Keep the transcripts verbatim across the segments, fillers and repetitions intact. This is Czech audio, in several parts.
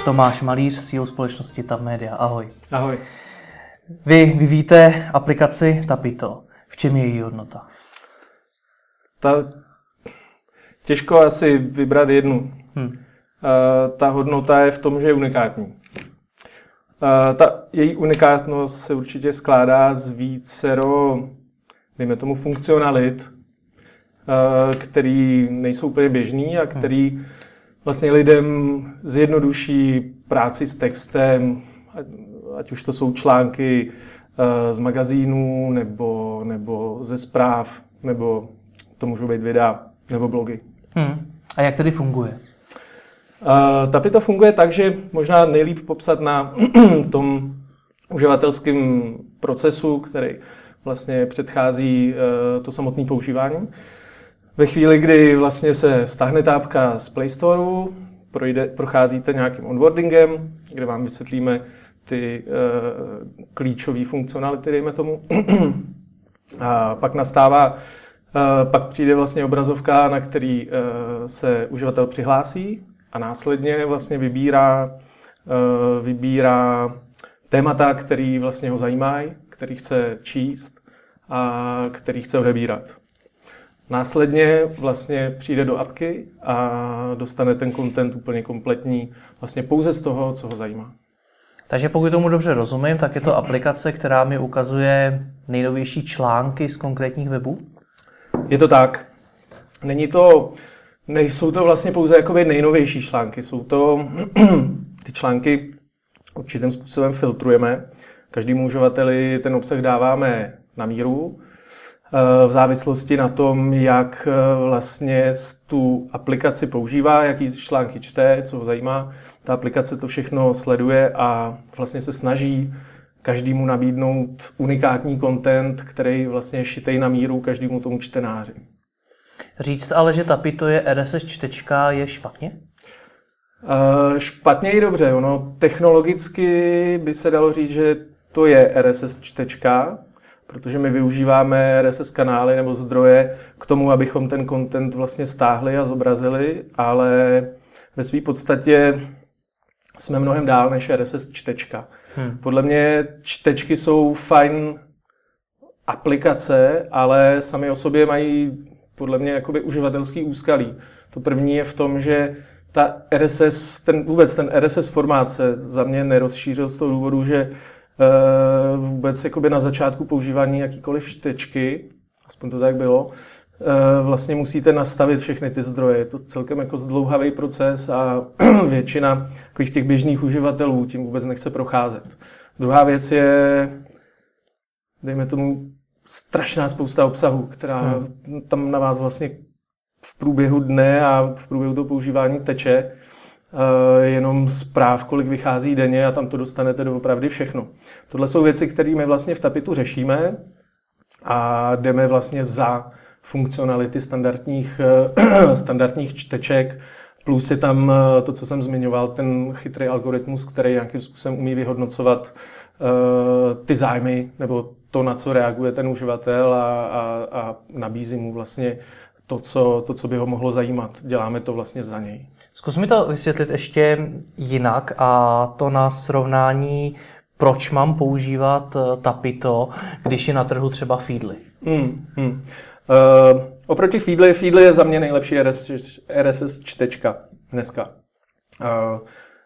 Tomáš Malíř, C E O společnosti Tab Media. Ahoj. Ahoj. Vy vyvíjíte aplikaci Tapito. V čem je její hodnota? Ta, těžko asi vybrat jednu. Hmm. Uh, ta hodnota je v tom, že je unikátní. Uh, ta její unikátnost se určitě skládá z vícero, dejme tomu, funkcionalit, uh, který nejsou úplně běžný a který hmm. vlastně lidem zjednoduší práci s textem, ať už to jsou články uh, z magazínů, nebo, nebo ze zpráv, nebo to můžou být videa, nebo blogy. Hmm. A jak tedy funguje? Uh, Tapito funguje tak, že možná nejlíp popsat na tom uživatelském procesu, který vlastně předchází uh, to samotné používání. Ve chvíli, kdy vlastně se stáhne ta apka z Play Storeu, projde, procházíte nějakým onboardingem, kde vám vysvětlíme ty uh, klíčové funkcionality, dejme tomu. A pak nastává, uh, pak přijde vlastně obrazovka, na který uh, se uživatel přihlásí a následně vlastně vybírá, uh, vybírá témata, který vlastně ho zajímají, který chce číst a který chce odebírat. Následně vlastně přijde do apky a dostane ten content úplně kompletní vlastně pouze z toho, co ho zajímá. Takže pokud tomu dobře rozumím, tak je to aplikace, která mi ukazuje nejnovější články z konkrétních webů? Je to tak. Není to, nejsou to vlastně pouze jakoby nejnovější články. Jsou to ty články určitým způsobem filtrujeme. Každému uživateli ten obsah dáváme na míru. V závislosti na tom, jak vlastně tu aplikaci používá, jaký články čte, co ho zajímá. Ta aplikace to všechno sleduje a vlastně se snaží každému nabídnout unikátní content, který vlastně je šitej na míru každému tomu čtenáři. Říct ale, že Tapito je R S S čtečka, je špatně? Uh, špatně i dobře. Ono technologicky by se dalo říct, že to je R S S čtečka, protože my využíváme R S S kanály nebo zdroje k tomu, abychom ten content vlastně stáhli a zobrazili, ale ve své podstatě jsme mnohem dál než R S S čtečka. Hmm. Podle mě čtečky jsou fajn aplikace, ale sami o sobě mají podle mě jakoby uživatelský úskalí. To první je v tom, že ta R S S, ten, vůbec ten R S S formát se za mě nerozšířil z toho důvodu, že Uh, vůbec jakoby na začátku používání jakýkoliv čtečky, aspoň to tak bylo, uh, vlastně musíte nastavit všechny ty zdroje. Je to celkem jako zdlouhavý proces a většina takových těch běžných uživatelů tím vůbec nechce procházet. Druhá věc je, dejme tomu, strašná spousta obsahu, která hmm. tam na vás vlastně v průběhu dne a v průběhu toho používání teče. Uh, jenom zpráv, kolik vychází denně a tam to dostanete doopravdy všechno. Tohle jsou věci, které my vlastně v Tapitu řešíme a jdeme vlastně za funkcionality standardních, uh, standardních čteček, plus je tam uh, to, co jsem zmiňoval, ten chytrý algoritmus, který nějakým způsobem umí vyhodnocovat uh, ty zájmy nebo to, na co reaguje ten uživatel a, a, a nabízí mu vlastně to co, to, co by ho mohlo zajímat. Děláme to vlastně za něj. Zkus mi to vysvětlit ještě jinak a to na srovnání, proč mám používat Tapito, když je na trhu třeba Feedly. Hmm, hmm. Uh, oproti Feedly, Feedly je za mě nejlepší R S S čtečka dneska. Uh,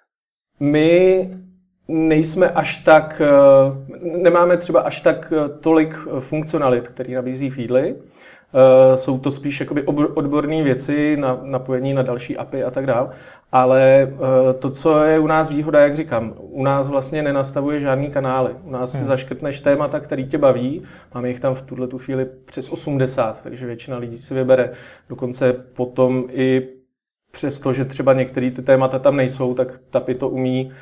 my nejsme až tak, uh, nemáme třeba až tak tolik funkcionalit, který nabízí Feedly. Uh, jsou to spíš jakoby odborné věci, na napojení na další apy a tak dále. Ale uh, to, co je u nás výhoda, jak říkám, u nás vlastně nenastavuje žádný kanály. U nás hmm. si zaškrtneš témata, který tě baví. Máme jich tam v tuto chvíli přes osmdesát, takže většina lidí si vybere. Dokonce potom i přesto, že třeba některé ty témata tam nejsou, tak Tapito umí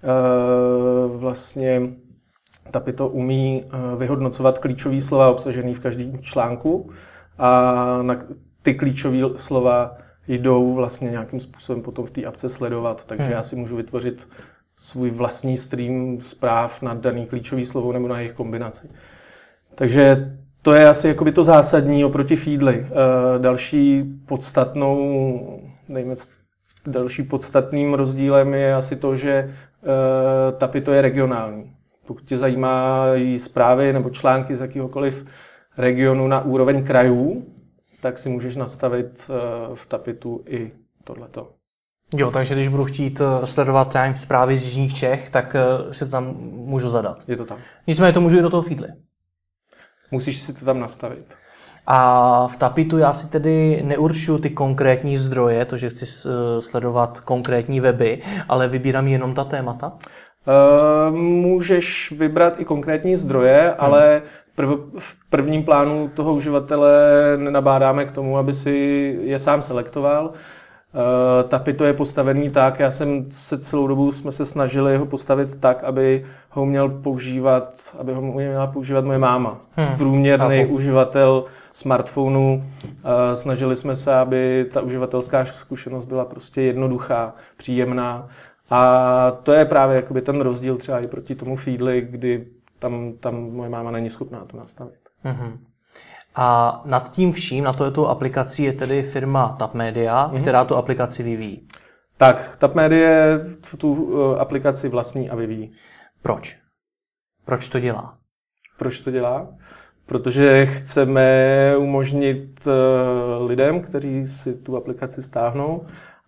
uh, vlastně Tapito umí uh, vyhodnocovat klíčové slova obsažené v každém článku. A na ty klíčové slova jdou vlastně nějakým způsobem potom v té apce sledovat. Takže hmm. já si můžu vytvořit svůj vlastní stream zpráv na daný klíčový slovo nebo na jejich kombinaci. Takže to je asi jakoby to zásadní oproti Feedly. E, další podstatnou, dejme další podstatným rozdílem je asi to, že Tapito je regionální. Pokud tě zajímají zprávy nebo články z jakýhokoliv regionu na úroveň krajů, tak si můžeš nastavit v Tapitu i tohleto. Jo, takže když budu chtít sledovat time zprávy z jižních Čech, tak si to tam můžu zadat. Je to tam. Nicméně to můžu i do toho Feedly. Musíš si to tam nastavit. A v Tapitu já si tedy neurčuju ty konkrétní zdroje, to, že chci sledovat konkrétní weby, ale vybírám jenom ta témata? Uh, můžeš vybrat i konkrétní zdroje, hmm. ale prv, v prvním plánu toho uživatele nenabádáme k tomu, aby si je sám selektoval. Uh, Tapito je postavený tak, já jsem se celou dobu jsme se snažili ho postavit tak, aby ho měl používat, aby ho měla používat moje máma. Hmm. Průměrný Chápu. uživatel smartphonu. Uh, snažili jsme se, aby ta uživatelská zkušenost byla prostě jednoduchá, příjemná. A to je právě jakoby ten rozdíl třeba i proti tomu Feedly, kdy tam, tam moje máma není schopná to nastavit. Mm-hmm. A nad tím vším, na tohleto aplikací je tedy firma Tapmedia, mm-hmm. která tu aplikaci vyvíjí. Tak, Tapmedia tu uh, aplikaci vlastní a vyvíjí. Proč? Proč to dělá? Proč to dělá? Protože chceme umožnit uh, lidem, kteří si tu aplikaci stáhnou,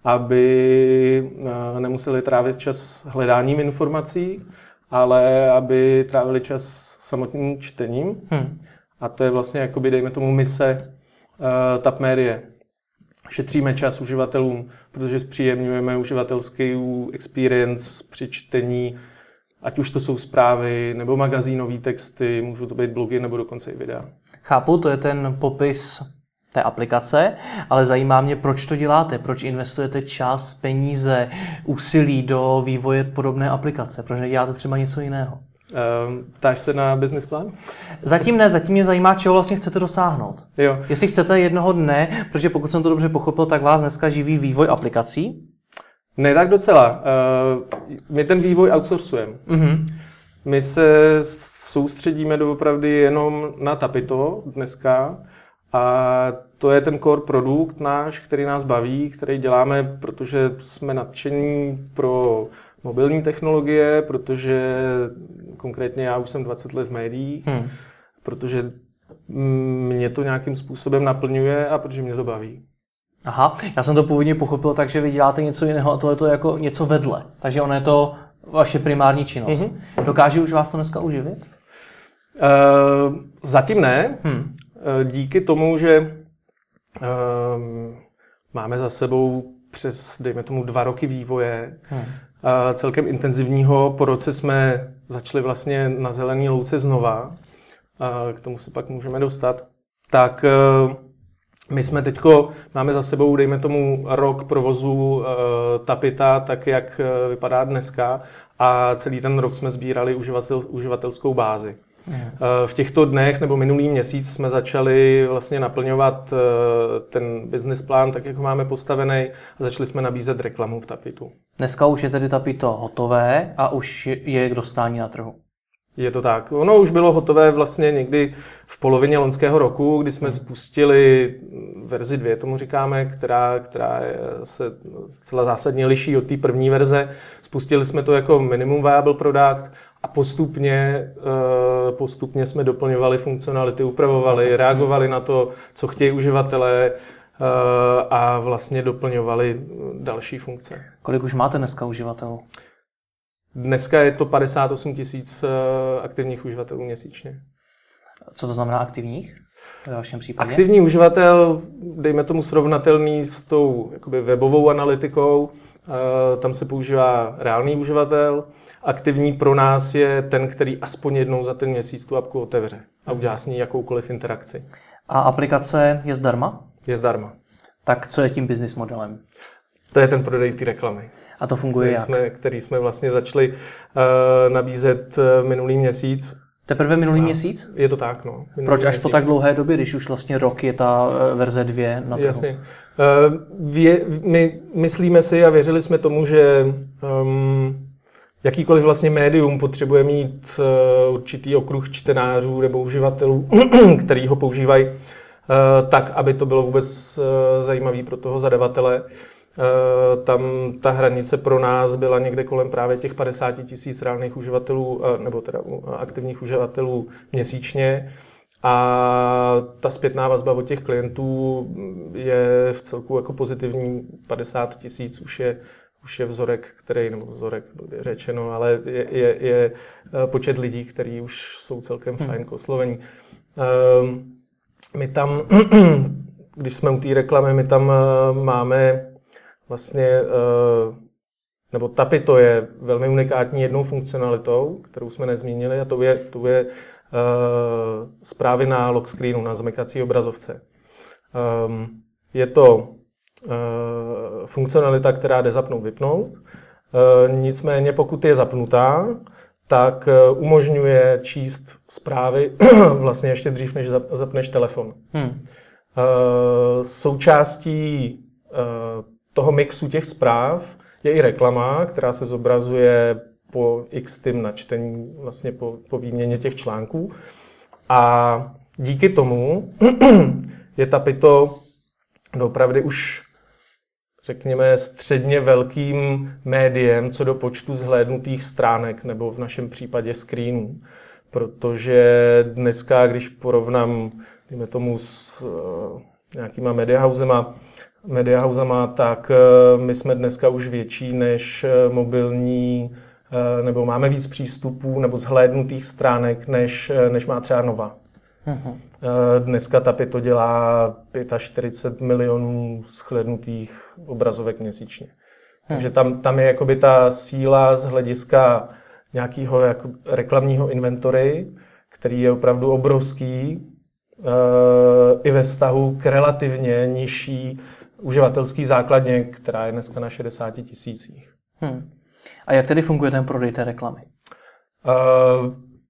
aby nemuseli trávit čas hledáním informací, ale aby trávili čas samotným čtením. Hmm. A to je vlastně, jakoby, dejme tomu, mise uh, Tapmedia. Šetříme čas uživatelům, protože zpříjemňujeme uživatelský experience při čtení, ať už to jsou zprávy, nebo magazínové texty, můžou to být blogy, nebo dokonce i videa. Chápu, to je ten popis té aplikace, ale zajímá mě, proč to děláte, proč investujete čas, peníze, úsilí do vývoje podobné aplikace, proč neděláte třeba něco jiného? Um, ptáš se na business plán? Zatím ne, zatím mě zajímá, čeho vlastně chcete dosáhnout. Jo. Jestli chcete jednoho dne, protože pokud jsem to dobře pochopil, tak vás dneska živí vývoj aplikací? Ne, tak docela. Uh, my ten vývoj outsourcujeme. Mm-hmm. My se soustředíme doopravdy jenom na Tapito dneska. A to je ten core produkt náš, který nás baví, který děláme, protože jsme nadšení pro mobilní technologie, protože konkrétně já už jsem dvacet let v médiích, hmm. protože mě to nějakým způsobem naplňuje a protože mě to baví. Aha, já jsem to původně pochopil tak, že vy děláte něco jiného a tohle je to jako něco vedle. Takže ono je to vaše primární činnost. Mm-hmm. Dokáže už vás to dneska uživit? Uh, zatím ne. Hmm. Díky tomu, že um, máme za sebou přes, dejme tomu, dva roky vývoje, hmm. a celkem intenzivního, po roce jsme začali vlastně na zelený louce znova, a k tomu se pak můžeme dostat, tak uh, my jsme teďko, máme za sebou, dejme tomu, rok provozu uh, Tapita, tak jak uh, vypadá dneska, a celý ten rok jsme sbírali uživatel, uživatelskou bázi. V těchto dnech nebo minulý měsíc jsme začali vlastně naplňovat ten business plán, tak jak ho máme postavený, a začali jsme nabízet reklamu v Tapitu. Dneska už je tedy Tapito hotové a už je k dostání na trhu. Je to tak. Ono už bylo hotové vlastně někdy v polovině loňského roku, kdy jsme spustili verzi dvě, tomu říkáme, která, která se zcela zásadně liší od té první verze. Spustili jsme to jako minimum viable product a postupně, postupně jsme doplňovali funkcionality, upravovali, reagovali na to, co chtějí uživatelé, a vlastně doplňovali další funkce. Kolik už máte dneska uživatelů? Dneska je to padesát osm tisíc aktivních uživatelů měsíčně. Co to znamená aktivních ve vašem případě? Aktivní uživatel, dejme tomu srovnatelný s tou jakoby webovou analytikou, tam se používá reálný uživatel. Aktivní pro nás je ten, který aspoň jednou za ten měsíc tu apku otevře a udělá s ní jakoukoliv interakci. A aplikace je zdarma? Je zdarma. Tak co je tím business modelem? To je ten prodej té reklamy. A to funguje který jak? Jsme, který jsme vlastně začali uh, nabízet uh, minulý měsíc. Teprve minulý a měsíc? Je to tak, no. Minulý Proč až měsíc. po tak dlouhé době, když už vlastně rok je ta verze dvě na trhu? Jasně. Uh, vě, my myslíme si a věřili jsme tomu, že um, jakýkoliv vlastně médium potřebuje mít uh, určitý okruh čtenářů nebo uživatelů, který ho používají, uh, tak, aby to bylo vůbec uh, zajímavé pro toho zadavatele. Tam ta hranice pro nás byla někde kolem právě těch padesát tisíc reálných uživatelů, nebo teda aktivních uživatelů měsíčně. A ta zpětná vazba od těch klientů je v celku jako pozitivní. padesát tisíc už je, už je vzorek, který, nebo vzorek blbě řečeno, ale je, je, je počet lidí, kteří už jsou celkem fajn k oslovení. My tam, když jsme u té reklamy, my tam máme vlastně, nebo Tapito je velmi unikátní jednou funkcionalitou, kterou jsme nezmínili, a to je, to je zprávy na lock screenu, na zamykací obrazovce. Je to funkcionalita, která jde zapnout, vypnout. Nicméně pokud je zapnutá, tak umožňuje číst zprávy vlastně ještě dřív, než zapneš telefon. Hmm. Součástí toho mixu těch zpráv je i reklama, která se zobrazuje po x tým načtení, vlastně po, po výměně těch článků. A díky tomu je Tapito opravdu už, řekněme, středně velkým médiem co do počtu zhlédnutých stránek, nebo v našem případě screenů. Protože dneska, když porovnám, dejme tomu, s uh, nějakýma mediahousema, mediahousama, tak uh, my jsme dneska už větší než uh, mobilní, uh, nebo máme víc přístupů nebo zhlédnutých stránek, než, uh, než má třeba Nova. Uh-huh. Uh, dneska Tapito dělá čtyřicet pět milionů shlédnutých obrazovek měsíčně. Uh-huh. Takže tam, tam je jakoby ta síla z hlediska nějakého jako reklamního inventory, který je opravdu obrovský, uh, i ve vztahu k relativně nižší uživatelský základně, která je dneska na šedesáti tisících. Hmm. A jak tedy funguje ten prodej té reklamy? Uh,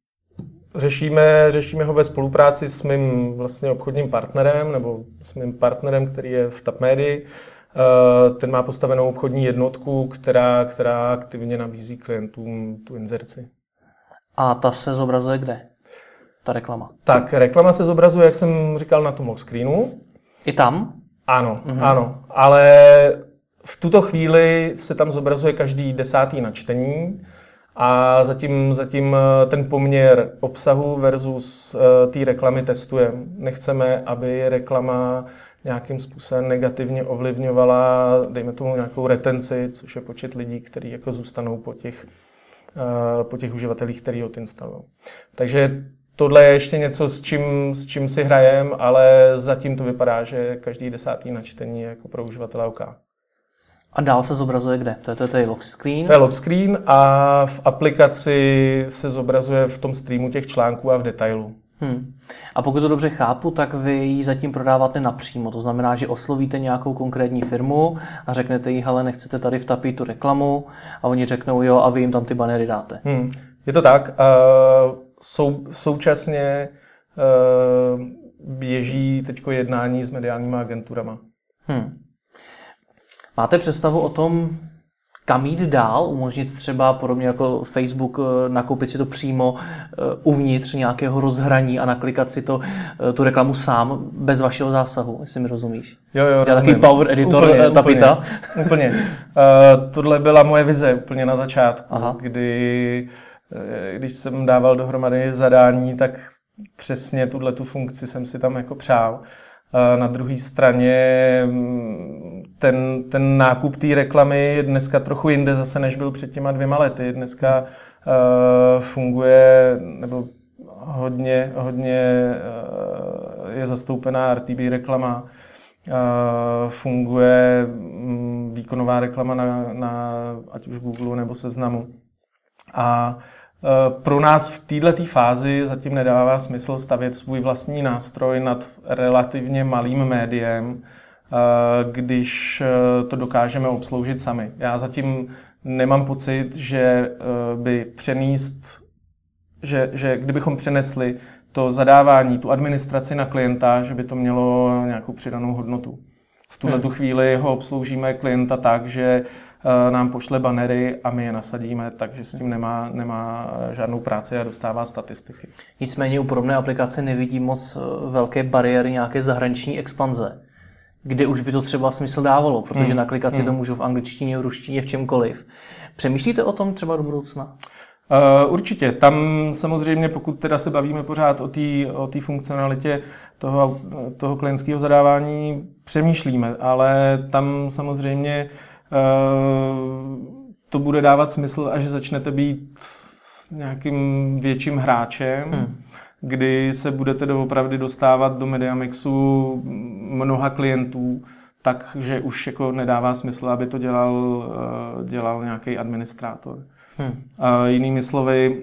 řešíme, řešíme ho ve spolupráci s mým vlastně obchodním partnerem, nebo s mým partnerem, který je v Tapmedii. Uh, ten má postavenou obchodní jednotku, která, která aktivně nabízí klientům tu inzerci. A ta se zobrazuje kde? Ta reklama? Tak, reklama se zobrazuje, jak jsem říkal, na tom lock screenu. I tam? Ano, mm-hmm. ano, ale v tuto chvíli se tam zobrazuje každý desátý načtení a zatím, zatím ten poměr obsahu versus uh, té reklamy testujeme. Nechceme, aby reklama nějakým způsobem negativně ovlivňovala, dejme tomu, nějakou retenci, což je počet lidí, kteří jako zůstanou po těch, uh, po těch uživatelích, který odinstalují. Takže tohle je ještě něco, s čím, s čím si hrajeme, ale zatím to vypadá, že každý desátý načtení je jako pro uživatele OK. A dál se zobrazuje kde? To je, to je, to je lock screen? To je lock screen a v aplikaci se zobrazuje v tom streamu těch článků a v detailu. Hmm. A pokud to dobře chápu, tak vy ji zatím prodáváte napřímo. To znamená, že oslovíte nějakou konkrétní firmu a řeknete jí, hele, nechcete tady v Tapitu reklamu, a oni řeknou jo, a vy jim tam ty banery dáte. Hmm. Je to tak. Uh, sou, současně uh, běží teďko jednání s mediálníma agenturama. Hmm. Máte představu o tom, kam jít dál? Umožnit třeba podobně jako Facebook nakoupit si to přímo uh, uvnitř nějakého rozhraní a naklikat si to, uh, tu reklamu sám bez vašeho zásahu, jestli mi rozumíš? Jo, jo, takový power editor úplně, Tapita? Úplně. úplně. Uh, tohle byla moje vize úplně na začátku, Aha. kdy když jsem dával dohromady zadání, tak přesně tuhle tu funkci jsem si tam jako přál. Na druhé straně ten, ten nákup té reklamy je dneska trochu jinde zase, než byl před těma dvěma lety. Dneska uh, funguje, nebo hodně, hodně uh, je zastoupená R T B reklama, uh, funguje um, výkonová reklama na, na ať už Google nebo Seznamu. A pro nás v této fázi zatím nedává smysl stavět svůj vlastní nástroj nad relativně malým médiem, když to dokážeme obsloužit sami. Já zatím nemám pocit, že by přenést, že, že kdybychom přenesli to zadávání, tu administraci na klienta, že by to mělo nějakou přidanou hodnotu. V tuhle tu chvíli ho obsloužíme klienta tak, že nám pošle banery a my je nasadíme, takže s tím nemá, nemá žádnou práci a dostává statistiky. Nicméně u podobné aplikace nevidím moc velké bariéry nějaké zahraniční expanze. kde už by to třeba smysl dávalo, protože hmm. na klikaci hmm. to můžu v angličtině, v ruštině, v čemkoliv. Přemýšlíte o tom třeba do budoucna? Uh, určitě. Tam samozřejmě, pokud teda se bavíme pořád o té o té funkcionalitě toho, toho klientského zadávání, přemýšlíme, ale tam samozřejmě uh, to bude dávat smysl, až začnete být nějakým větším hráčem, hmm. kdy se budete doopravdy dostávat do Mediamixu mnoha klientů, takže už jako nedává smysl, aby to dělal, dělal nějaký administrátor. Hmm. A jinými slovy,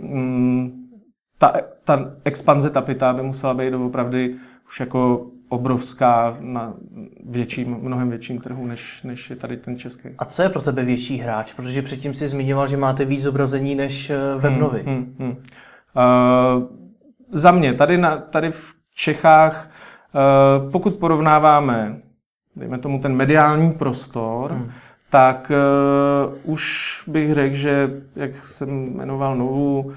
ta, ta expanze Tapita by musela být doopravdy už jako obrovská na větším, mnohem větším trhu, než, než je tady ten český. A co je pro tebe větší hráč? Protože předtím si zmiňoval, že máte víc zobrazení než webnovy. Hmm, hmm, hmm. Uh, za mě, tady, na, tady v Čechách, uh, pokud porovnáváme, dejme tomu ten mediální prostor, hmm. tak uh, už bych řekl, že, jak jsem jmenoval Novu, uh,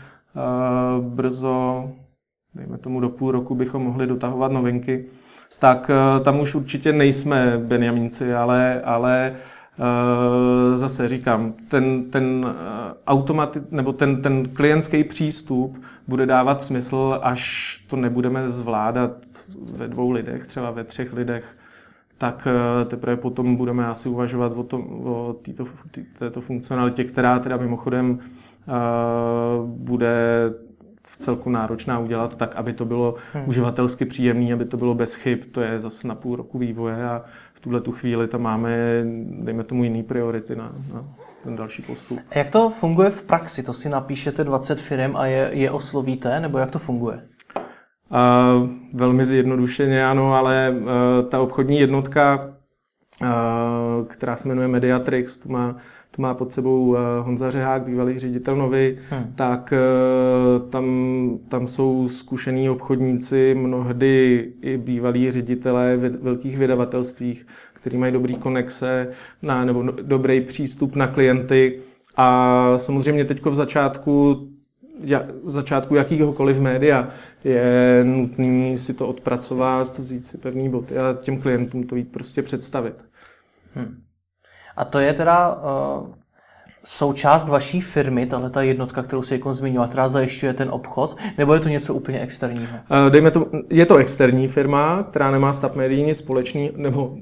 brzo, dejme tomu do půl roku, bychom mohli dotahovat novinky, tak uh, tam už určitě nejsme Benjamínci, ale, ale uh, zase říkám, ten, ten uh, automati- nebo ten, ten klientský přístup bude dávat smysl, až to nebudeme zvládat ve dvou lidech, třeba ve třech lidech, tak teprve potom budeme asi uvažovat o, tom, o této, této funkcionalitě, která teda mimochodem uh, bude v celku náročná udělat tak, aby to bylo hmm. uživatelsky příjemné, aby to bylo bez chyb. To je zase na půl roku vývoje a v tuhle tu chvíli tam máme, dejme tomu, jiný priority na, na ten další postup. A jak to funguje v praxi? To si napíšete dvacet firem a je, je oslovíte, nebo jak to funguje? Uh, velmi zjednodušeně, ano, ale uh, ta obchodní jednotka, uh, která se jmenuje Mediatrix, tu má, tu má pod sebou uh, Honza Řehák, bývalý ředitel Novy, hmm. tak uh, tam, tam jsou zkušení obchodníci, mnohdy i bývalí ředitelé v velkých vydavatelstvích, kteří mají dobrý konexe na, nebo no, dobrý přístup na klienty. A samozřejmě teď v začátku v začátku jakýhokoliv média je nutné si to odpracovat, vzít si pevný boty a těm klientům to jít prostě představit. Hmm. A to je teda uh, součást vaší firmy, tahle ta jednotka, kterou si jako zmiňoval, která zajišťuje ten obchod, nebo je to něco úplně externího? Uh, dejme to, je to externí firma, která nemá s Tapmedií nic společný, nebo uh,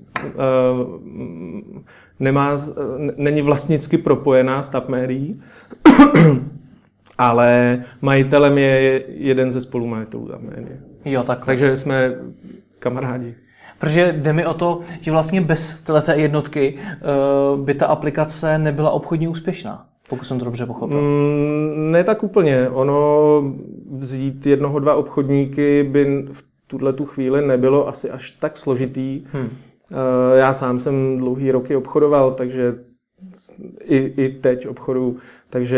nemá, není vlastnicky propojená s Tapmedií. Ale majitelem je jeden ze spolumajitelů Tapmedie. Jo, takhle. Takže jsme kamarádi. Protože jde mi o to, že vlastně bez této jednotky by ta aplikace nebyla obchodně úspěšná, pokud jsem to dobře pochopil. Mm, ne tak úplně. Ono vzít jednoho, dva obchodníky by v tuhletu chvíli nebylo asi až tak složitý. Hmm. Já sám jsem dlouhý roky obchodoval, takže I, i teď obchodu, takže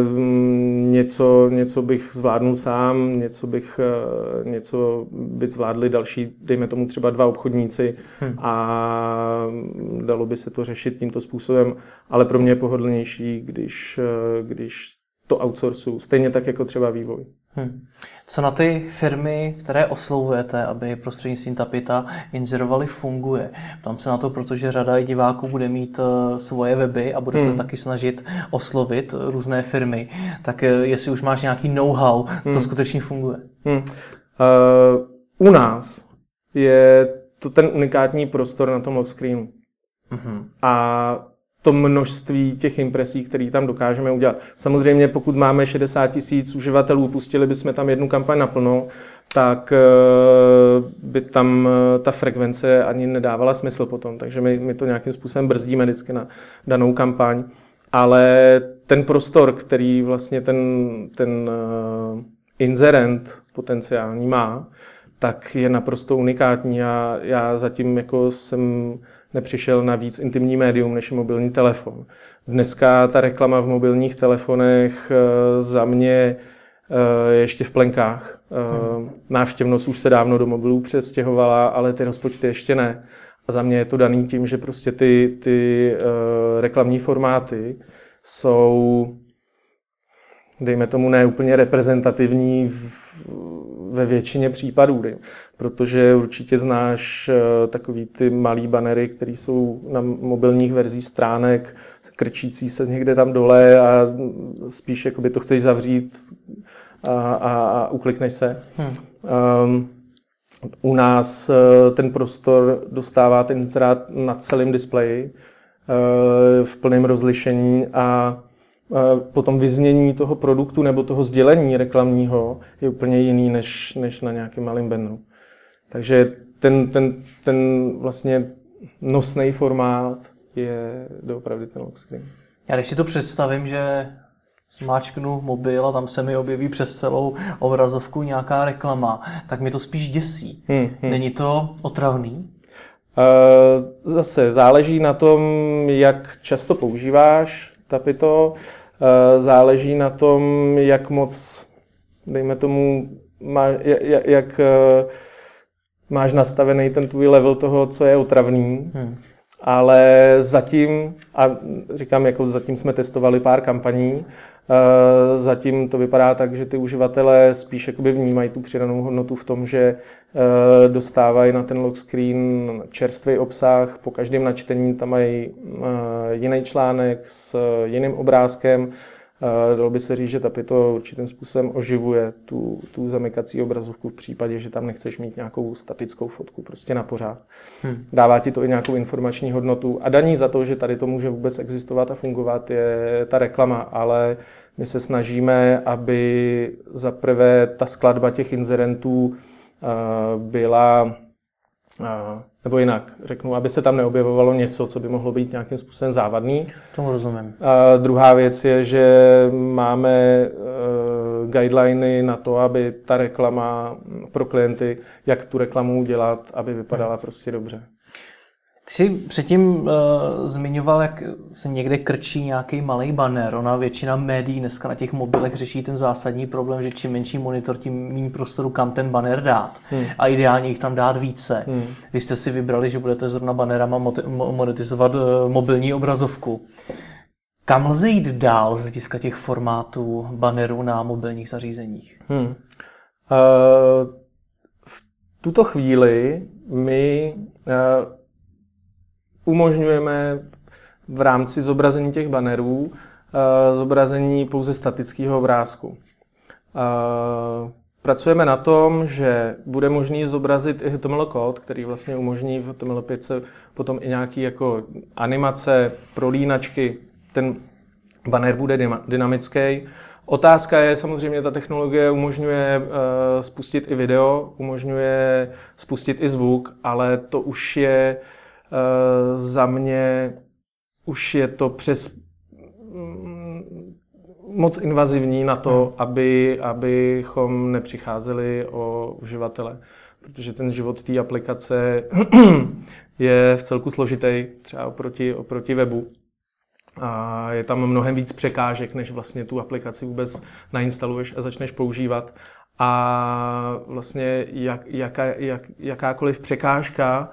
něco, něco bych zvládnul sám, něco bych, něco by zvládli další, dejme tomu třeba dva obchodníci hmm. a dalo by se to řešit tímto způsobem, ale pro mě je pohodlnější, když, když to outsourcuju, stejně tak jako třeba vývoj. Hmm. Co na ty firmy, které oslovujete, aby prostřednictvím Tapita inzerovaly, funguje? Tam se na to, protože řada diváků bude mít uh, svoje weby a bude hmm. se taky snažit oslovit různé firmy. Tak uh, jestli už máš nějaký know-how, hmm. co skutečně funguje? Hmm. Uh, u nás je to ten unikátní prostor na tom lock screenu. Hmm. A to množství těch impresí, které tam dokážeme udělat. Samozřejmě, pokud máme šedesát tisíc uživatelů, pustili bychom tam jednu kampaň naplno, tak by tam ta frekvence ani nedávala smysl potom. Takže my, my to nějakým způsobem brzdíme vždycky na danou kampaň. Ale ten prostor, který vlastně ten, ten inzerent potenciální má, tak je naprosto unikátní. A já zatím jako jsem nepřišel na víc intimní médium, než je mobilní telefon. Dneska ta reklama v mobilních telefonech za mě je ještě v plenkách. Hmm. Návštěvnost už se dávno do mobilů přestěhovala, ale ty rozpočty ještě ne. A za mě je to daný tím, že prostě ty, ty reklamní formáty jsou, dejme tomu, ne úplně reprezentativní v, ve většině případů, protože určitě znáš takový ty malý banery, které jsou na mobilních verzích stránek, krčící se někde tam dole a spíš jakoby to chceš zavřít a, a, a uklikneš se. Hmm. Um, u nás ten prostor dostává ten inzerát na celém displeji v plném rozlišení a potom vyznění toho produktu nebo toho sdělení reklamního je úplně jiný než, než na nějakém malém banneru. Takže ten, ten, ten vlastně nosný formát je doopravdy ten lock screen. Já když si to představím, že zmáčknu mobil a tam se mi objeví přes celou obrazovku nějaká reklama, tak mi to spíš děsí. Hmm, hmm. Není to otravný? Zase záleží na tom, jak často používáš Tapito, záleží na tom, jak moc, dejme tomu, má, jak, jak máš nastavený ten tvůj level toho, co je otravný. Hmm. Ale zatím, a říkám, jako zatím jsme testovali pár kampaní, zatím to vypadá tak, že ty uživatelé spíš jakoby vnímají tu přidanou hodnotu v tom, že dostávají na ten lock screen čerstvý obsah, po každém načtení tam mají jiný článek s jiným obrázkem. Dalo by se říct, že Tapito určitým způsobem oživuje tu, tu zamykací obrazovku v případě, že tam nechceš mít nějakou statickou fotku prostě na pořád. Hmm. Dává ti to i nějakou informační hodnotu a daní za to, že tady to může vůbec existovat a fungovat, je ta reklama, ale my se snažíme, aby zaprvé ta skladba těch inzerentů byla, nebo jinak řeknu, aby se tam neobjevovalo něco, co by mohlo být nějakým způsobem závadný. Tomu rozumím. A druhá věc je, že máme uh, guideliny na to, aby ta reklama pro klienty, jak tu reklamu udělat, aby vypadala hmm. prostě dobře. Ty jsi předtím uh, zmiňoval, jak se někde krčí nějaký malý banner. Ona většina médií dneska na těch mobilech řeší ten zásadní problém, že čím menší monitor, tím méně prostoru, kam ten banner dát. Hmm. A ideálně jich tam dát více. Hmm. Vy jste si vybrali, že budete zrovna bannerama monetizovat uh, mobilní obrazovku. Kam lze jít dál z hlediska těch formátů bannerů na mobilních zařízeních? Hmm. Uh, v tuto chvíli my uh, umožňujeme v rámci zobrazení těch bannerů uh, zobrazení pouze statického obrázku. Uh, pracujeme na tom, že bude možný zobrazit i H T M L kód, který vlastně umožní v H T M L pět potom i nějaký jako animace, prolínačky. Ten banner bude dynamický. Otázka je samozřejmě, ta technologie umožňuje uh, spustit i video, umožňuje spustit i zvuk, ale to už je uh, za mě, už je to přes mm, moc invazivní na to, hmm. aby, abychom nepřicházeli o uživatele. Protože ten život té aplikace je v celku složitý, třeba oproti, oproti webu. A je tam mnohem víc překážek, než vlastně tu aplikaci vůbec nainstaluješ a začneš používat. A vlastně jak, jaká, jak, jakákoliv překážka,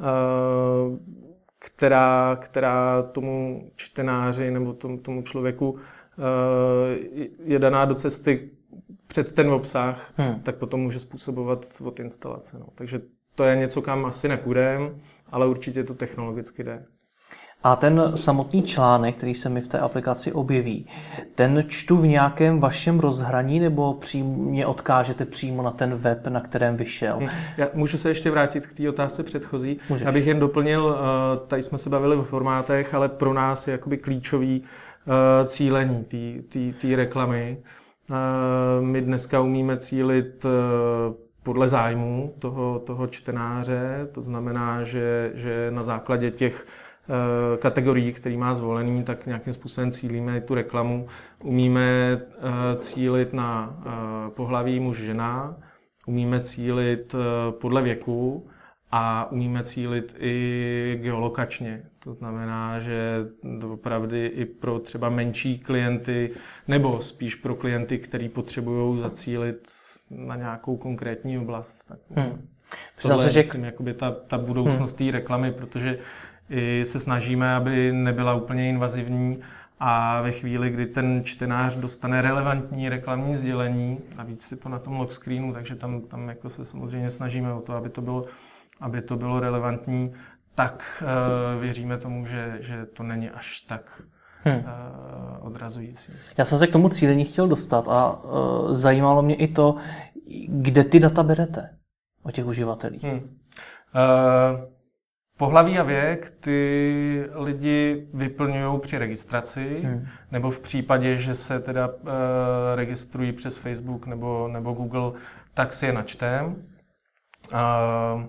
která, která tomu čtenáři nebo tomu, tomu člověku je daná do cesty před ten obsah, hmm. tak potom může způsobovat od instalace. No. Takže to je něco, kam asi nepůjdeme, ale určitě to technologicky jde. A ten samotný článek, který se mi v té aplikaci objeví, ten čtu v nějakém vašem rozhraní nebo přímo mě odkážete přímo na ten web, na kterém vyšel? Já můžu se ještě vrátit k té otázce předchozí. Můžeš. Já bych jen doplnil, tady jsme se bavili o formátech, ale pro nás je jakoby klíčový cílení té reklamy. My dneska umíme cílit podle zájmu toho, toho čtenáře, to znamená, že, že na základě těch kategorií, který má zvolený, tak nějakým způsobem cílíme tu reklamu. Umíme cílit na pohlaví muž-žena, umíme cílit podle věku a umíme cílit i geolokačně. To znamená, že opravdu i pro třeba menší klienty, nebo spíš pro klienty, kteří potřebují zacílit na nějakou konkrétní oblast. Tak hmm. Tohle je, myslím, jakoby ta, ta budoucnost hmm. té reklamy, protože i se snažíme, aby nebyla úplně invazivní A ve chvíli, kdy ten čtenář dostane relevantní reklamní sdělení, navíc si to na tom lock screenu, takže tam, tam jako se samozřejmě snažíme o to, aby to bylo, aby to bylo relevantní, tak uh, věříme tomu, že, že to není až tak hmm. uh, odrazující. Já jsem se k tomu cílení chtěl dostat a uh, zajímalo mě i to, kde ty data berete o těch uživatelích. Hmm. Uh, Pohlaví a věk ty lidi vyplňují při registraci, hmm. nebo v případě, že se teda uh, registrují přes Facebook nebo, nebo Google, tak si je načtem. Uh,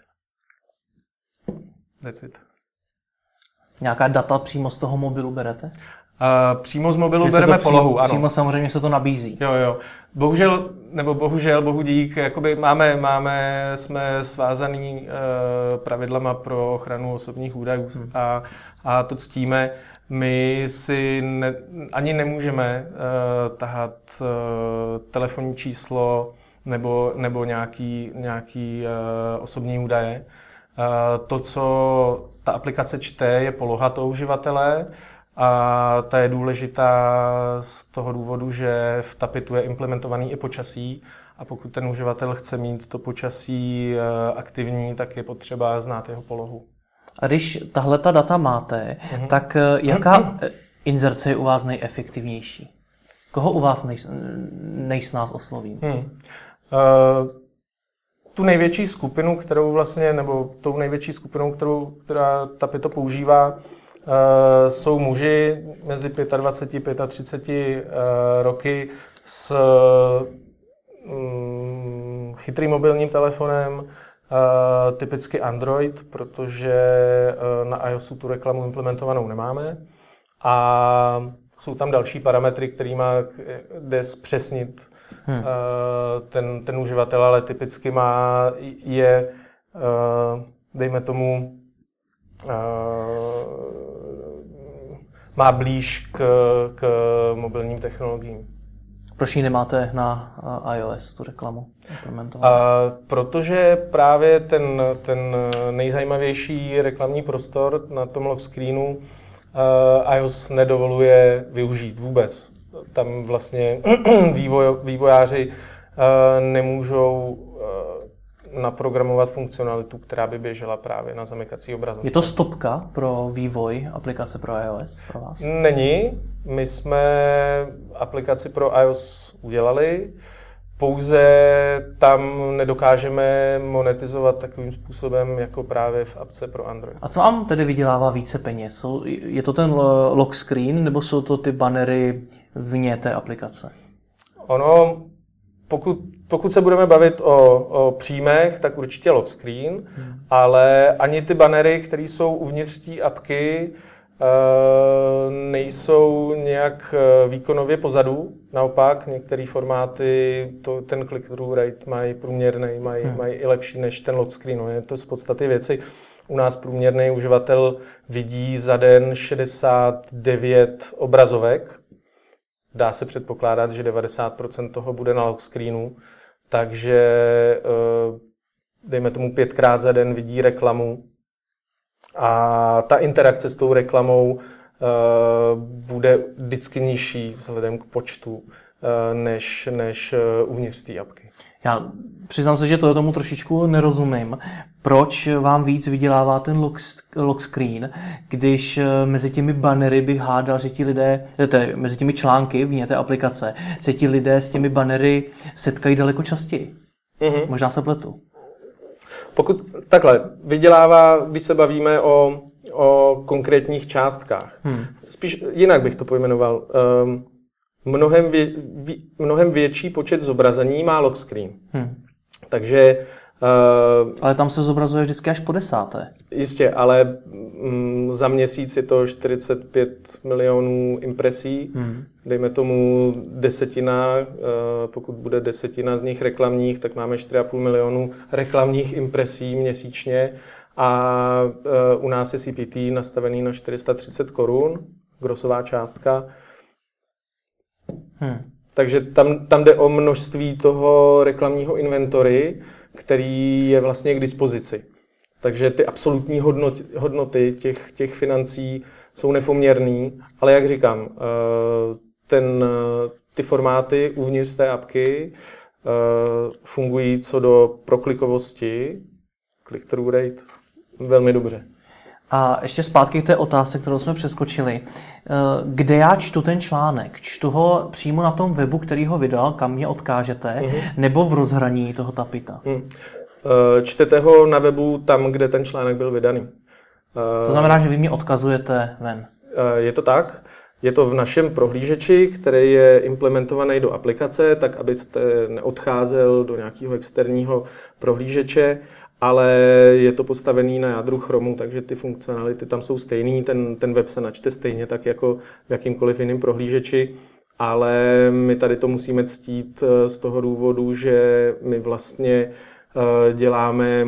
that's it. Nějaká data přímo z toho mobilu berete? Uh, přímo z mobilu bereme polohu, přímo, ano. Přímo samozřejmě se to nabízí. Jo, jo. Bohužel, nebo bohužel, bohu dík, jakoby máme, máme, jsme svázaný uh, pravidlama pro ochranu osobních údajů hmm. a, a to ctíme. My si ne, ani nemůžeme uh, tahat uh, telefonní číslo nebo, nebo nějaký, nějaký uh, osobní údaje. Uh, to, co ta aplikace čte, je poloha toho uživatele. A ta je důležitá z toho důvodu, že v Tapitu je implementovaný i počasí a pokud ten uživatel chce mít to počasí aktivní, tak je potřeba znát jeho polohu. A když tahle ta data máte, mm-hmm. tak jaká inzerce je u vás nejefektivnější? Koho u vás nej, nejsnáz oslovím? Hmm. Uh, tu největší skupinu, kterou vlastně, nebo tou největší skupinou, kterou, která Tapito používá, Uh, jsou muži mezi dvacet pět a třicet pět uh, roky s um, chytrým mobilním telefonem, uh, typicky Android, protože uh, na iOSu tu reklamu implementovanou nemáme. A jsou tam další parametry, kterými jde zpřesnit hmm. uh, ten, ten uživatel, ale typicky má je, uh, dejme tomu, uh, má blíž k, k mobilním technologiím. Proč ji nemáte na iOS, tu reklamu implementovanou? Protože právě ten, ten nejzajímavější reklamní prostor na tom lock screenu uh, iOS nedovoluje využít vůbec. Tam vlastně vývoj, vývojáři uh, nemůžou uh, naprogramovat funkcionalitu, která by běžela právě na zamykací obrazovce. Je to stopka pro vývoj aplikace pro iOS pro vás? Není. My jsme aplikaci pro iOS udělali, pouze tam nedokážeme monetizovat takovým způsobem, jako právě v apce pro Android. A co vám tedy vydělává více peněz? Je to ten lock screen, nebo jsou to ty bannery vně té aplikace? Ono, pokud, pokud se budeme bavit o, o příjmech, tak určitě lock screen, hmm. ale ani ty bannery, které jsou uvnitř té apky, nejsou nějak výkonově pozadu. Naopak, některé formáty to, ten click-through rate mají průměrný, mají, hmm. mají i lepší než ten lock screen. No, je to z podstaty věci. U nás průměrný uživatel vidí za den šedesát devět obrazovek. Dá se předpokládat, že devadesát procent toho bude na lock screenu, takže dejme tomu pětkrát za den vidí reklamu. A ta interakce s tou reklamou uh, bude vždycky nižší vzhledem k počtu uh, než, než uh, uvnitř té apky. Já přiznám se, že to tomu trošičku nerozumím. Proč vám víc vydělává ten lock, lock screen, když mezi těmi bannery bych hádal, že ti lidé, tedy mezi těmi články vně té aplikace, se ti lidé s těmi bannery setkají daleko častěji? Mm-hmm. Možná se pletu. Pokud takhle, vydělává, když se bavíme o, o konkrétních částkách. Hmm. Spíš jinak bych to pojmenoval. Um, mnohem, vě, vě, mnohem větší počet zobrazení má lock screen. Hmm. Takže... Uh, ale tam se zobrazuje vždycky až po desáté. Jistě, ale um, za měsíc je to čtyřicet pět milionů impresí. Hmm. Dejme tomu desetina, uh, pokud bude desetina z nich reklamních, tak máme čtyři a půl milionu reklamních impresí měsíčně. A uh, u nás je C P T nastavený na čtyři sta třicet korun, grosová částka. Hmm. Takže tam, tam jde o množství toho reklamního inventory, který je vlastně k dispozici. Takže ty absolutní hodnoty, hodnoty těch, těch financí jsou nepoměrný, ale jak říkám, ten, ty formáty uvnitř té apky fungují co do proklikovosti, click-through rate, velmi dobře. A ještě zpátky k té otázce, kterou jsme přeskočili. Kde já čtu ten článek? Čtu ho přímo na tom webu, který ho vydal, kam mě odkážete, mm-hmm. nebo v rozhraní toho Tapita? Mm. Čtete ho na webu tam, kde ten článek byl vydaný. To znamená, že vy mě odkazujete ven? Je to tak. Je to v našem prohlížeči, který je implementovaný do aplikace, tak abyste neodcházel do nějakého externího prohlížeče, ale je to postavený na jádru Chromu, takže ty funkcionality tam jsou stejný, ten, ten web se načte stejně tak jako v jakýmkoliv jiném prohlížeči, ale my tady to musíme ctít z toho důvodu, že my vlastně děláme,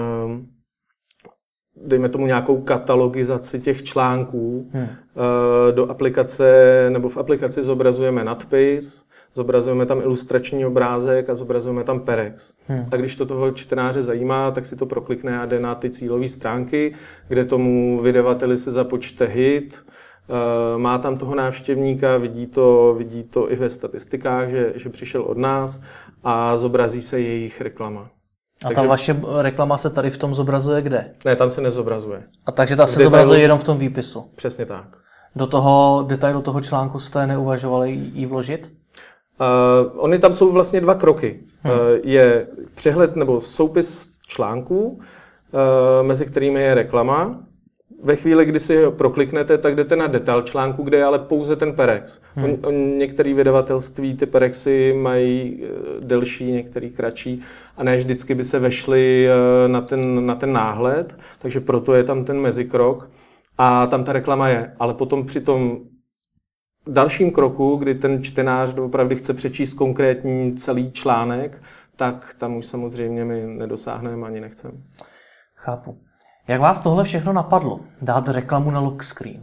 dejme tomu nějakou katalogizaci těch článků. Hmm. Do aplikace, nebo v aplikaci zobrazujeme nadpis, zobrazujeme tam ilustrační obrázek a zobrazujeme tam perex. Hmm. A když to toho čtenáře zajímá, tak si to proklikne a jde na ty cílové stránky, kde tomu vydavateli se započte hit, má tam toho návštěvníka, vidí to, vidí to i ve statistikách, že, že přišel od nás a zobrazí se jejich reklama. A takže ta vaše reklama se tady v tom zobrazuje kde? Ne, tam se nezobrazuje. A takže ta se zobrazuje jenom v tom výpisu? Přesně tak. Do toho detailu toho článku jste neuvažovali ji vložit? Uh, Ony tam jsou vlastně dva kroky. Hmm. Uh, je přehled nebo soupis článků, uh, mezi kterými je reklama. Ve chvíli, kdy si ho prokliknete, tak jdete na detail článku, kde je ale pouze ten perex. Hmm. On, on, některé vydavatelství ty perexy mají delší, některý kratší a ne vždycky by se vešly na ten, na ten náhled, takže proto je tam ten mezikrok a tam ta reklama je. Ale potom při tom dalším kroku, kdy ten čtenář opravdu chce přečíst konkrétní celý článek, tak tam už samozřejmě my nedosáhneme ani nechceme. Chápu. Jak vás tohle všechno napadlo? Dát reklamu na lock screen?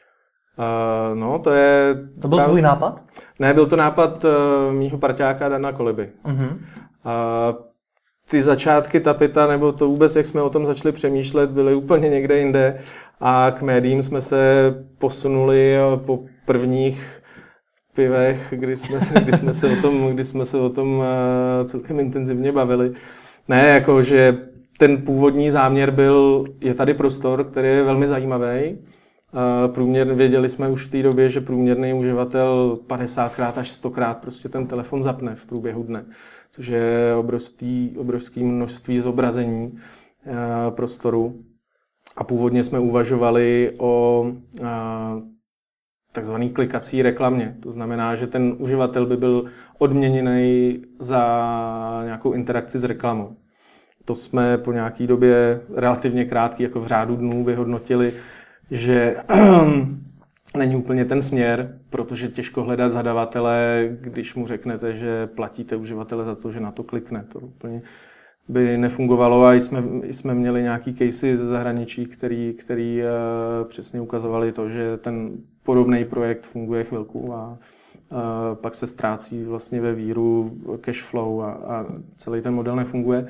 Uh, no, to je... To byl tvůj nápad? Ne, byl to nápad uh, mýho parťáka Dana Koliby. Uh-huh. Uh, ty začátky Tapita, nebo to vůbec, jak jsme o tom začali přemýšlet, byly úplně někde jinde a k médiím jsme se posunuli po prvních pivech, kdy jsme se, kdy jsme se o tom, kdy jsme se o tom uh, celkem intenzivně bavili. Ne, jako, že ten původní záměr byl, je tady prostor, který je velmi zajímavý. Průměr, věděli jsme už v té době, že průměrný uživatel padesátkrát až stokrát prostě ten telefon zapne v průběhu dne, což je obrovský, obrovský množství zobrazení prostoru. A původně jsme uvažovali o takzvaný klikací reklamě. To znamená, že ten uživatel by byl odměněný za nějakou interakci s reklamou. To jsme po nějaké době relativně krátký, jako v řádu dnů, vyhodnotili, že není úplně ten směr, protože těžko hledat zadavatele, když mu řeknete, že platíte uživatele za to, že na to klikne. To úplně by nefungovalo a jsme, jsme měli nějaký casey ze zahraničí, který, který přesně ukazovali to, že ten podobný projekt funguje chvilku a pak se ztrácí vlastně ve víru cash flow a, a celý ten model nefunguje.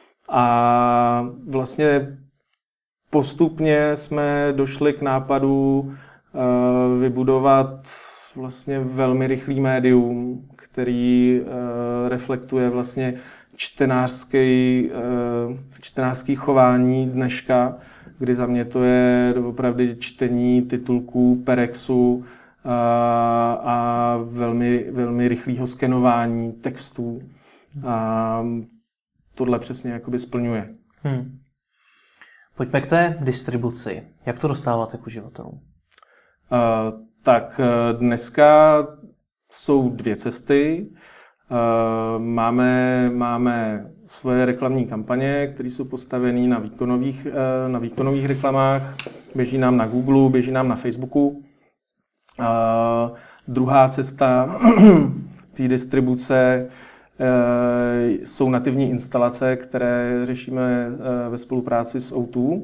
A vlastně postupně jsme došli k nápadu uh, vybudovat vlastně velmi rychlý médium, který uh, reflektuje vlastně čtenářský, uh, čtenářský chování dneška, kdy za mě to je opravdu čtení titulků, perexu uh, a velmi, velmi rychlého skenování textů. Uh, tohle přesně jakoby splňuje. Hmm. Pojďme k té distribuci. Jak to dostáváte k uživatelům? Uh, tak dneska jsou dvě cesty. Uh, máme, máme svoje reklamní kampaně, které jsou postavené na výkonových, uh, na výkonových reklamách. Běží nám na Google, běží nám na Facebooku. Uh, druhá cesta té distribuce jsou nativní instalace, které řešíme ve spolupráci s O dva,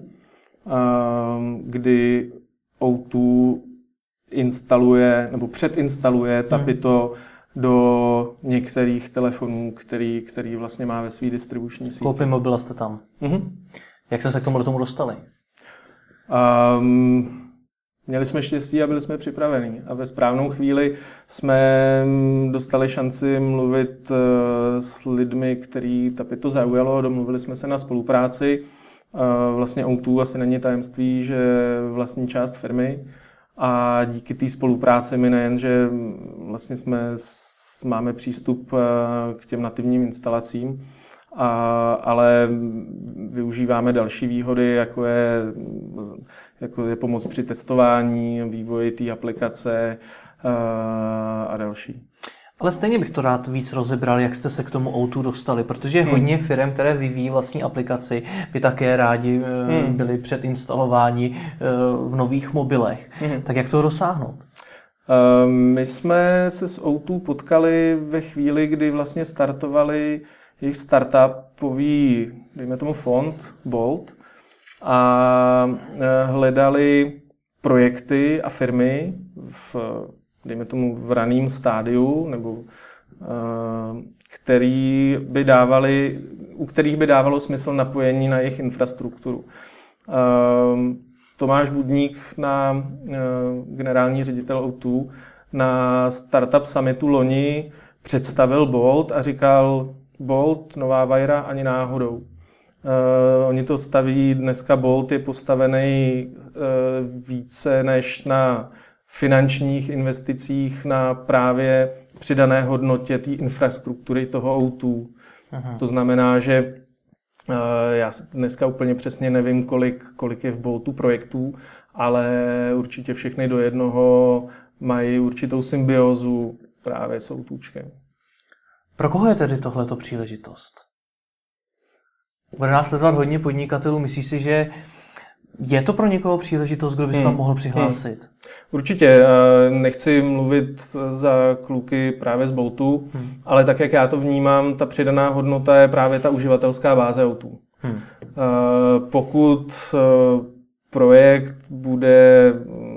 kdy O dva instaluje nebo předinstaluje Tapito do některých telefonů, který, který vlastně má ve své distribuční síti. Koupy mobila jste tam. Mm-hmm. Jak jste se k tomu do tomu dostali? Um, měli jsme štěstí a byli jsme připravení. A ve správnou chvíli jsme dostali šanci mluvit s lidmi, který to zaujalo. Domluvili jsme se na spolupráci. Vlastně ó dva asi není tajemství, že vlastní část firmy. A díky té spolupráci my nejen, že vlastně jsme, máme přístup k těm nativním instalacím, a, ale využíváme další výhody, jako je, jako je pomoc při testování, vývoji té aplikace a, a další. Ale stejně bych to rád víc rozebral, jak jste se k tomu ó dva dostali, protože hmm. hodně firm, které vyvíjí vlastní aplikaci, by také rádi hmm. byli předinstalovaní v nových mobilech. Hmm. Tak jak to dosáhnout? My jsme se s ó dva potkali ve chvíli, kdy vlastně startovali jejich startupový, dejme tomu fond, Bolt, a hledali projekty a firmy v, dejme tomu, v raném stádiu, nebo který by dávali, u kterých by dávalo smysl napojení na jejich infrastrukturu. Tomáš Budník, na, generální ředitel ó dva, na Startup Summitu loni představil Bolt a říkal, Bolt, nová Vajra, ani náhodou. Uh, oni to staví, dneska Bolt je postavený uh, více než na finančních investicích, na právě přidané hodnotě té infrastruktury toho ó dva. Aha. To znamená, že uh, já dneska úplně přesně nevím, kolik, kolik je v Boltu projektů, ale určitě všechny do jednoho mají určitou symbiózu právě s Outůčkem. Pro koho je tedy tohleto příležitost? Bude nás sledovat hodně podnikatelů. Myslíš si, že je to pro někoho příležitost, kdo by se tam mohl přihlásit? Hmm. Určitě. Nechci mluvit za kluky právě z Boltu, hmm. ale tak, jak já to vnímám, ta přidaná hodnota je právě ta uživatelská báze ó dva. Hmm. Pokud projekt bude...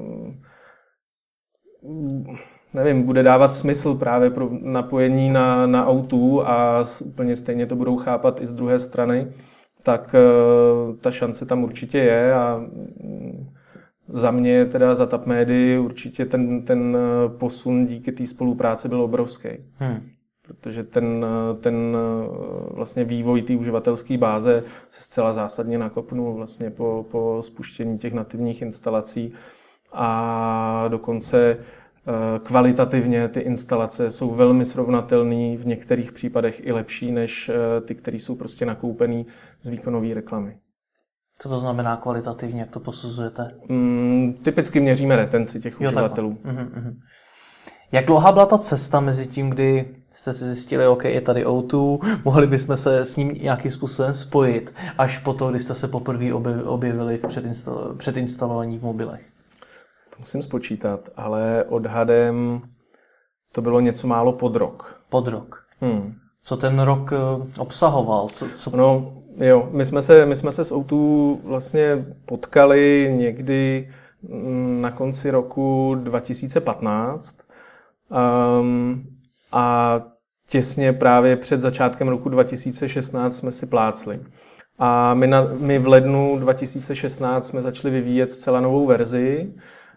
nevím, bude dávat smysl právě pro napojení na, na ó dva a úplně stejně to budou chápat i z druhé strany, tak uh, ta šance tam určitě je a um, za mě, teda za Tapmedy, určitě ten, ten posun díky té spolupráci byl obrovský. Hmm. Protože ten, ten vlastně vývoj té uživatelské báze se zcela zásadně nakopnul vlastně po, po spuštění těch nativních instalací a dokonce kvalitativně ty instalace jsou velmi srovnatelné, v některých případech i lepší než ty, které jsou prostě nakoupené z výkonové reklamy. Co to znamená kvalitativně, jak to posuzujete? Mm, typicky měříme retenci těch jo, uživatelů. Uhum, uhum. Jak dlouhá byla ta cesta mezi tím, kdy jste si zjistili, OK, je tady ó dva, mohli bychom se s ním nějakým způsobem spojit, až po to, kdy jste se poprvé objevili v předinstalo- předinstalovaní v mobilech? To musím spočítat, ale odhadem to bylo něco málo pod rok. Pod rok. Hmm. Co ten rok obsahoval? Co, co... No, jo, my jsme se, my jsme se s ó dva vlastně potkali někdy na konci roku dva tisíce patnáct um, a těsně právě před začátkem roku dva tisíce šestnáct jsme si plácli. A my, na, my v lednu dva tisíce šestnáct jsme začali vyvíjet zcela novou verzi,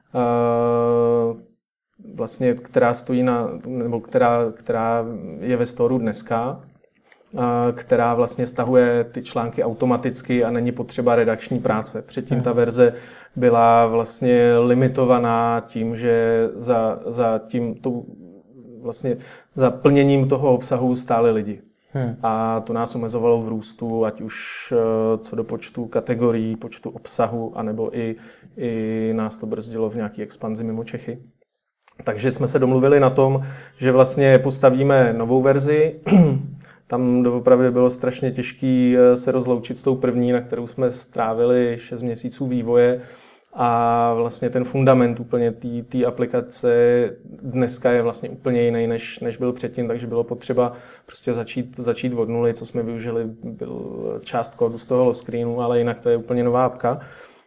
uh, vlastně, která stojí na, nebo která, která je ve storu dneska, uh, která vlastně stahuje ty články automaticky a není potřeba redakční práce. Předtím ta verze byla vlastně limitovaná tím, že za, za tím tou, vlastně za plněním toho obsahu stáli lidi. Hmm. A to nás omezovalo v růstu, ať už co do počtu kategorií, počtu obsahu, anebo i, i nás to brzdilo v nějaké expanzi mimo Čechy. Takže jsme se domluvili na tom, že vlastně postavíme novou verzi. Tam doopravdy bylo strašně těžké se rozloučit s tou první, na kterou jsme strávili šest měsíců vývoje. A vlastně ten fundament úplně té aplikace dneska je vlastně úplně jiný, než, než byl předtím, takže bylo potřeba prostě začít, začít od nuly, co jsme využili, byl část kódu z toho lock screenu, ale jinak to je úplně nová apka.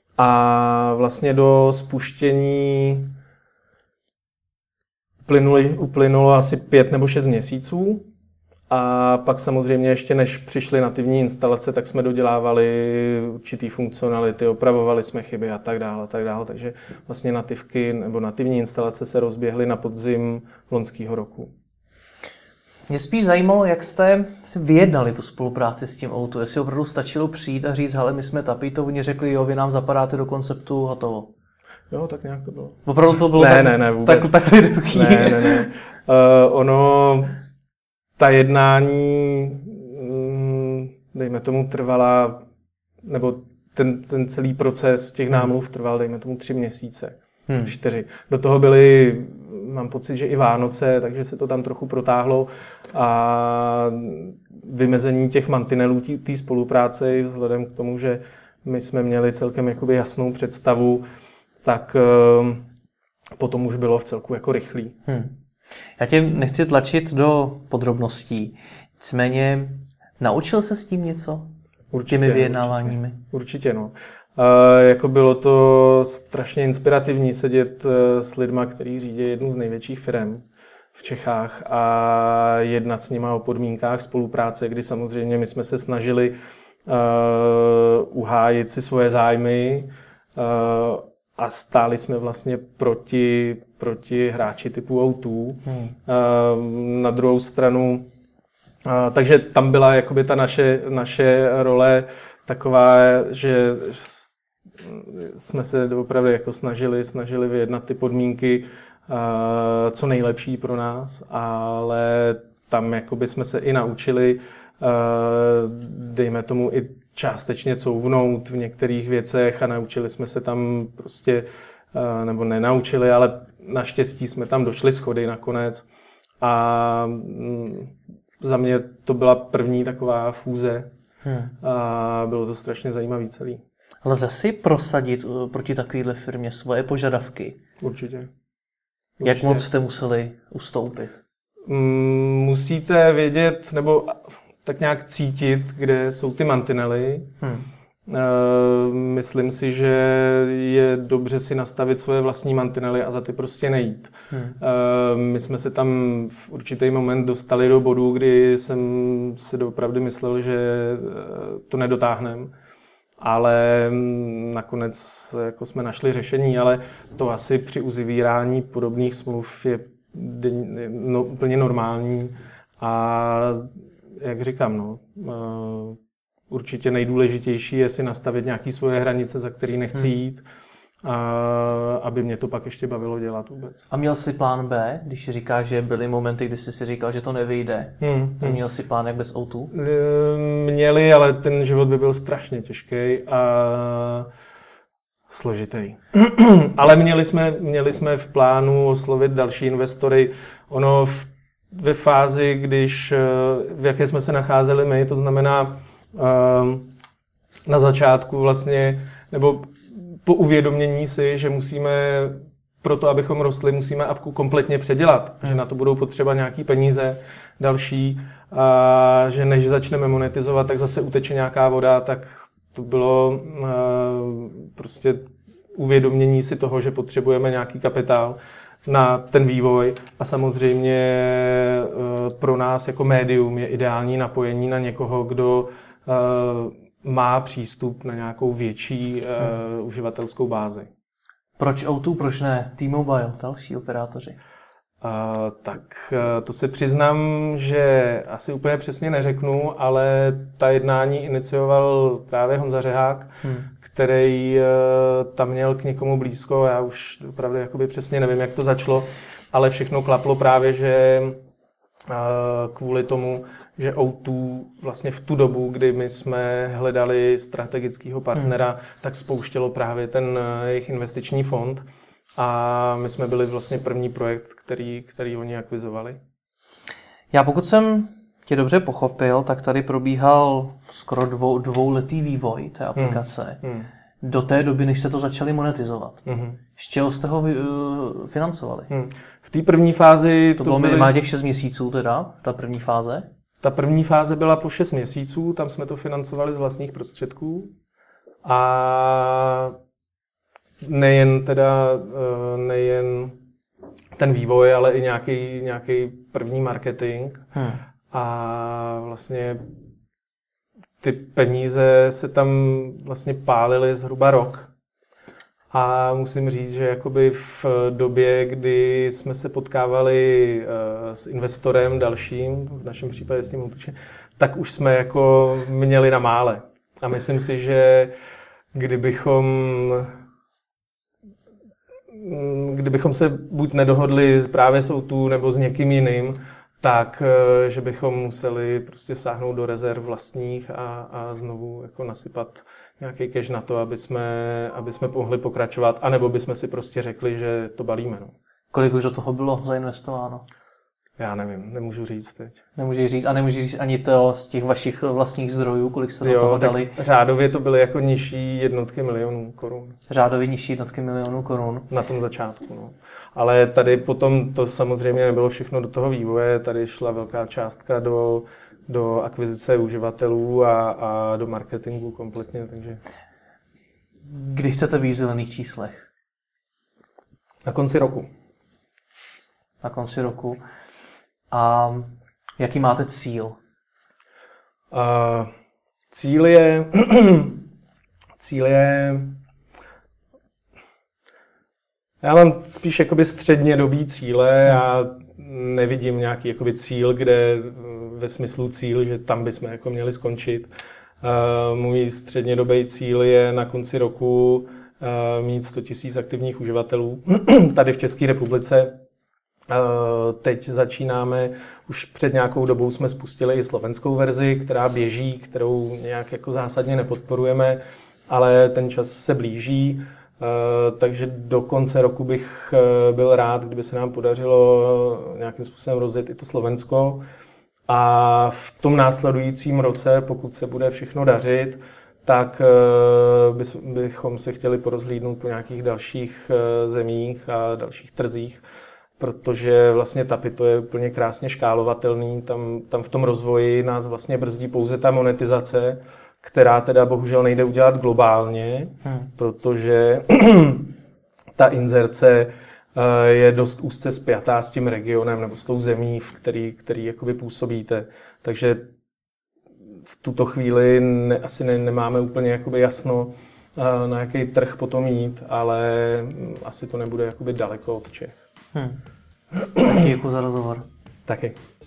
A vlastně do spuštění uplynulo, uplynulo asi pět nebo šest měsíců A pak samozřejmě ještě než přišly nativní instalace, tak jsme dodělávali určitý funkcionality, opravovali jsme chyby a tak dále, a tak dále. Takže vlastně nativky nebo nativní instalace se rozběhly na podzim loňského roku. Mě spíš zajímalo, jak jste si vyjednali tu spolupráci s tím O dva. Jestli opravdu stačilo přijít a říct, hele, my jsme Tapito, oni řekli, jo, vy nám zapadáte do konceptu, hotovo. Jo, tak nějak to bylo. Opravdu to bylo ne, tak, ne, ne, vůbec. tak, tak jednoduchý. Ne, ne, ne. Uh, ono, ta jednání, mm, dejme tomu, trvala, nebo ten, ten celý proces těch námluv trval, dejme tomu, tři měsíce. Hmm. Čtyři. Do toho byly, mám pocit, že i Vánoce, takže se to tam trochu protáhlo a vymezení těch mantinelů té spolupráce vzhledem k tomu, že my jsme měli celkem jakoby jasnou představu, tak uh, potom už bylo v celku jako rychlý. Hmm. Já tě nechci tlačit do podrobností, nicméně naučil se s tím něco? Určitě, těmi vyjednáváními? Určitě, určitě no. Uh, jako bylo to strašně inspirativní sedět uh, s lidma, kteří řídí jednu z největších firm v Čechách a jednat s nima o podmínkách spolupráce, kdy samozřejmě my jsme se snažili uh, uhájit si svoje zájmy uh, a stáli jsme vlastně proti, proti hráči typu O dva. Hmm. Uh, na druhou stranu, uh, takže tam byla jakoby ta naše, naše role taková, že jsme se opravdu jako snažili, snažili vyjednat ty podmínky uh, co nejlepší pro nás, ale tam jakoby jsme se i naučili, uh, dejme tomu i částečně couvnout v některých věcech a naučili jsme se tam prostě, uh, nebo nenaučili, ale naštěstí jsme tam došli shody nakonec a um, za mě to byla první taková fúze. Hmm. A bylo to strašně zajímavý celý. Lze si prosadit proti takovéhle firmě svoje požadavky? Určitě. Určitě. Jak moc jste museli ustoupit? Musíte vědět, nebo tak nějak cítit, kde jsou ty mantinely. Hmm. Myslím si, že je dobře si nastavit svoje vlastní mantinely a za ty prostě nejít. Hmm. My jsme se tam v určitý moment dostali do bodu, kdy jsem si doopravdy myslel, že to nedotáhneme. Ale nakonec jako jsme našli řešení, ale to asi při uzavírání podobných smluv je no, úplně normální. A jak říkám, no, určitě nejdůležitější je si nastavit nějaké svoje hranice, za který nechci jít, a aby mě to pak ještě bavilo dělat vůbec. A měl jsi plán B, když říkáš, že byly momenty, kdy jsi si říkal, že to nevyjde? Hmm, hmm. Měl jsi plán jak bez O dva? Měli, ale ten život by byl strašně těžký a složitý. Ale měli jsme, měli jsme v plánu oslovit další investory. Ono v, ve fázi, když, v jaké jsme se nacházeli my, to znamená na začátku vlastně, nebo po uvědomění si, že musíme, proto abychom rostli, musíme apku kompletně předělat, hmm. že na to budou potřeba nějaký peníze další a že než začneme monetizovat, tak zase uteče nějaká voda, tak to bylo uh, prostě uvědomění si toho, že potřebujeme nějaký kapitál na ten vývoj a samozřejmě uh, pro nás jako médium je ideální napojení na někoho, kdo uh, má přístup na nějakou větší uh, uživatelskou bázi. Proč O dva, proč ne T-Mobile, další operátoři? Uh, tak uh, to se přiznám, že asi úplně přesně neřeknu, ale ta jednání inicioval právě Honza Řehák, hmm. který uh, tam měl k někomu blízko. Já už opravdu jakoby přesně nevím, jak to začalo, ale všechno klaplo právě, že uh, kvůli tomu, že O dva vlastně v tu dobu, kdy my jsme hledali strategického partnera, hmm. tak spouštělo právě ten jejich investiční fond. A my jsme byli vlastně první projekt, který, který oni akvizovali. Já pokud jsem tě dobře pochopil, tak tady probíhal skoro dvou, dvouletý vývoj té aplikace. Hmm. Hmm. Do té doby, než jste to začali monetizovat. Hmm. Z čeho jste ho uh, financovali? Hmm. V té první fázi... To, to bylo byly... minimálně těch šest měsíců teda, ta první fáze? Ta první fáze byla po šest měsíců, tam jsme to financovali z vlastních prostředků. A nejen teda, nejen ten vývoj, ale i nějaký, nějaký první marketing. Hmm. a vlastně ty peníze se tam vlastně pálily zhruba rok. A musím říct, že jakoby v době, kdy jsme se potkávali s investorem dalším, v našem případě s tím Hutučem, tak už jsme jako měli na mále. A myslím si, že kdybychom, kdybychom se buď nedohodli právě s O dva nebo s někým jiným, tak že bychom museli prostě sáhnout do rezerv vlastních a, a znovu jako nasypat nějaký cash na to, aby jsme, aby jsme mohli pokračovat, anebo bychom si prostě řekli, že to balíme. No. Kolik už do toho bylo zainvestováno? Já nevím, nemůžu říct teď. Nemůžeš říct a nemůžeš říct ani to z těch vašich vlastních zdrojů, kolik jste do toho dali? Řádově to byly jako nižší jednotky milionů korun. Řádově nižší jednotky milionů korun. Na tom začátku, no. Ale tady potom to samozřejmě nebylo všechno do toho vývoje, tady šla velká částka do, do akvizice uživatelů a, a do marketingu kompletně, takže... Kdy chcete být v zelených číslech? Na konci roku. Na konci roku. A jaký máte cíl? Uh, cíl je... cíl je... Já mám spíš jakoby střednědobý cíle. Já nevidím nějaký jakoby cíl, kde ve smyslu cíl, že tam bychom jako měli skončit. Uh, můj střednědobý cíl je na konci roku uh, mít sto tisíc aktivních uživatelů tady v České republice. Teď začínáme, už před nějakou dobou jsme spustili i slovenskou verzi, která běží, kterou nějak jako zásadně nepodporujeme, ale ten čas se blíží, takže do konce roku bych byl rád, kdyby se nám podařilo nějakým způsobem rozjet i to Slovensko. A v tom následujícím roce, pokud se bude všechno dařit, tak bychom se chtěli porozhlídnout po nějakých dalších zemích a dalších trzích, protože vlastně Tapito je úplně krásně škálovatelný, tam, tam v tom rozvoji nás vlastně brzdí pouze ta monetizace, která teda bohužel nejde udělat globálně, hmm. protože ta inzerce je dost úzce spjatá s tím regionem nebo s tou zemí, v který, který jakoby působíte. Takže v tuto chvíli ne, asi ne, nemáme úplně jakoby jasno, na jaký trh potom jít, ale asi to nebude jakoby daleko od Čech. Hmm. Taky děkuji za rozhovor. Taky.